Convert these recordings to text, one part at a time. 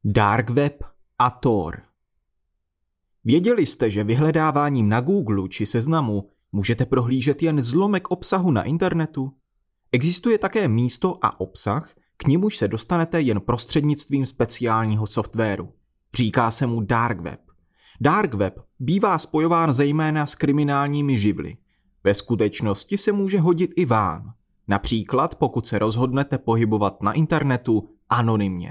Dark web a Tor. Věděli jste, že vyhledáváním na Google či Seznamu můžete prohlížet jen zlomek obsahu na internetu? Existuje také místo a obsah, k němuž se dostanete jen prostřednictvím speciálního softwaru. Říká se mu Dark web. Dark web bývá spojován zejména s kriminálními živly. Ve skutečnosti se může hodit i vám. Například pokud se rozhodnete pohybovat na internetu anonymně.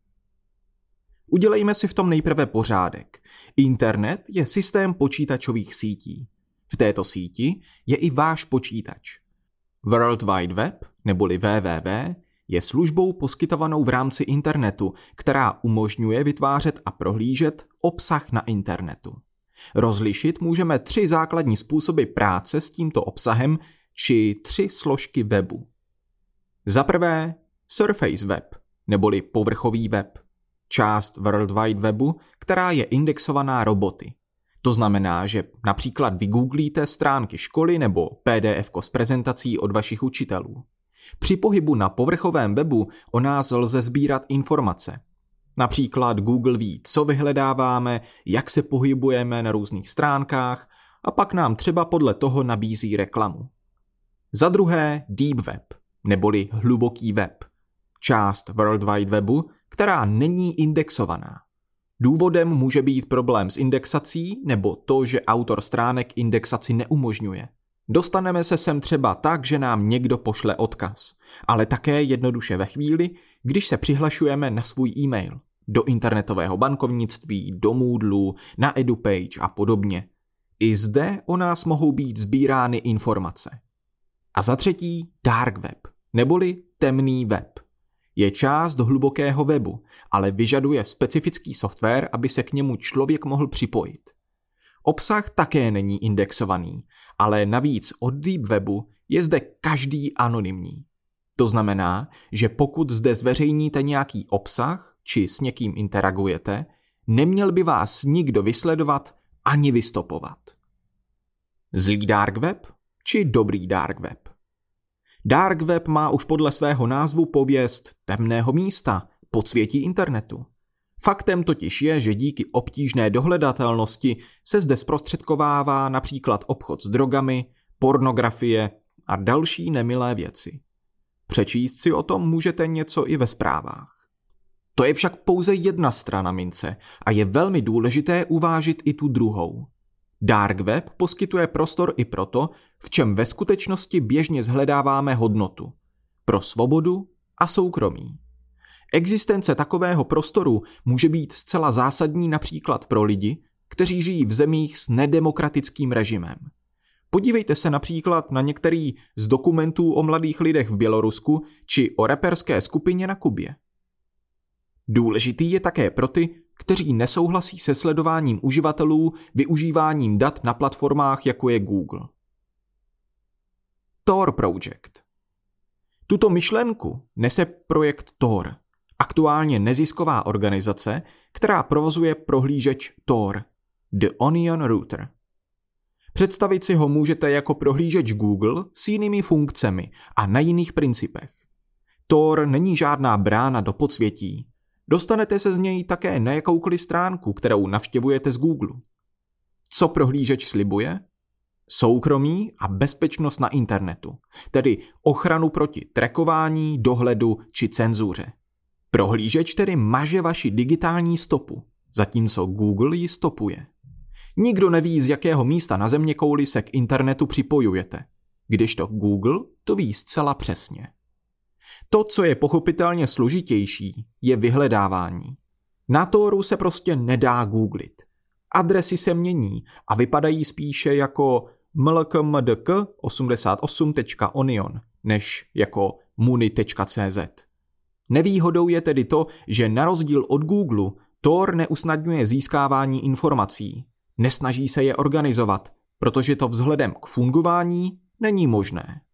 Udělejme si v tom nejprve pořádek. Internet je systém počítačových sítí. V této síti je i váš počítač. World Wide Web, neboli www, je službou poskytovanou v rámci internetu, která umožňuje vytvářet a prohlížet obsah na internetu. Rozlišit můžeme 3 základní způsoby práce s tímto obsahem či 3 složky webu. Za prvé Surface Web, neboli povrchový web. Část World Wide Webu, která je indexovaná roboty. To znamená, že například vygooglíte stránky školy nebo PDF s prezentací od vašich učitelů. Při pohybu na povrchovém webu o nás lze sbírat informace. Například Google ví, co vyhledáváme, jak se pohybujeme na různých stránkách a pak nám třeba podle toho nabízí reklamu. Za druhé Deep Web, neboli hluboký web. Část World Wide Webu, která není indexovaná. Důvodem může být problém s indexací nebo to, že autor stránek indexaci neumožňuje. Dostaneme se sem třeba tak, že nám někdo pošle odkaz, ale také jednoduše ve chvíli, když se přihlašujeme na svůj e-mail, do internetového bankovnictví, do Moodlu, na EduPage a podobně. I zde o nás mohou být sbírány informace. A za třetí Dark Web, neboli temný web. Je část hlubokého webu, ale vyžaduje specifický software, aby se k němu člověk mohl připojit. Obsah také není indexovaný, ale navíc od Deep Webu je zde každý anonymní. To znamená, že pokud zde zveřejníte nějaký obsah či s někým interagujete, neměl by vás nikdo vysledovat ani vystopovat. Zlý Dark Web či dobrý Dark Web? Dark Web má už podle svého názvu pověst temného místa, podsvětí internetu. Faktem totiž je, že díky obtížné dohledatelnosti se zde zprostředkovává například obchod s drogami, pornografie a další nemilé věci. Přečíst si o tom můžete něco i ve zprávách. To je však pouze jedna strana mince a je velmi důležité uvážit i tu druhou. Dark Web poskytuje prostor i proto, v čem ve skutečnosti běžně shledáváme hodnotu. Pro svobodu a soukromí. Existence takového prostoru může být zcela zásadní například pro lidi, kteří žijí v zemích s nedemokratickým režimem. Podívejte se například na některý z dokumentů o mladých lidech v Bělorusku či o raperské skupině na Kubě. Důležitý je také pro ty, kteří nesouhlasí se sledováním uživatelů využíváním dat na platformách, jako je Google. Tor Project. Tuto myšlenku nese projekt Tor, aktuálně nezisková organizace, která provozuje prohlížeč Tor, The Onion Router. Představit si ho můžete jako prohlížeč Google s jinými funkcemi a na jiných principech. Tor není žádná brána do podsvětí. Dostanete se z něj také na jakoukoliv stránku, kterou navštěvujete z Google. Co prohlížeč slibuje? Soukromí a bezpečnost na internetu, tedy ochranu proti trackování, dohledu či cenzuře. Prohlížeč tedy maže vaši digitální stopu, zatímco Google ji stopuje. Nikdo neví, z jakého místa na zeměkouli se k internetu připojujete, kdežto Google to ví zcela přesně. To, co je pochopitelně složitější, je vyhledávání. Na Toru se prostě nedá googlit. Adresy se mění a vypadají spíše jako mlkmdk88.onion než jako muni.cz. Nevýhodou je tedy to, že na rozdíl od Google Tor neusnadňuje získávání informací. Nesnaží se je organizovat, protože to vzhledem k fungování není možné.